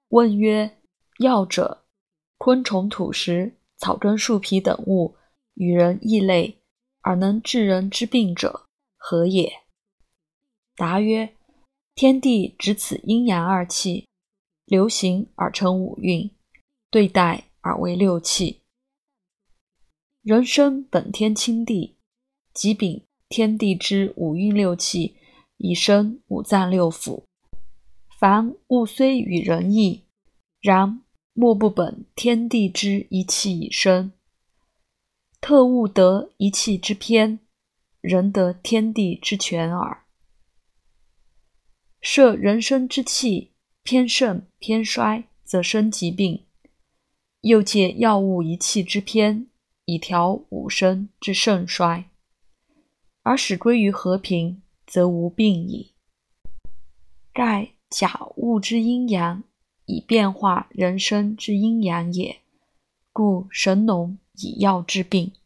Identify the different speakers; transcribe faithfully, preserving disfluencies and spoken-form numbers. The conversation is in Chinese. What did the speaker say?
Speaker 1: 问曰：药者，昆虫、土石、草根、树皮等物，与人异类，而能治人之病者，何也？答曰：天地只此阴阳二气，流行而成五运，对待而为六气。人生本天清地，即秉天地之五运六气，以生五脏六腑。凡物虽与人异，然莫不本天地之一气以生。特物得一气之偏，人得天地之全耳。摄人生之气偏盛偏衰，则生疾病；又借药物一气之偏，以调五身之盛衰，而使归于和平，则无病矣。盖假物之阴阳，以变化人生之阴阳也，故神农以药治病。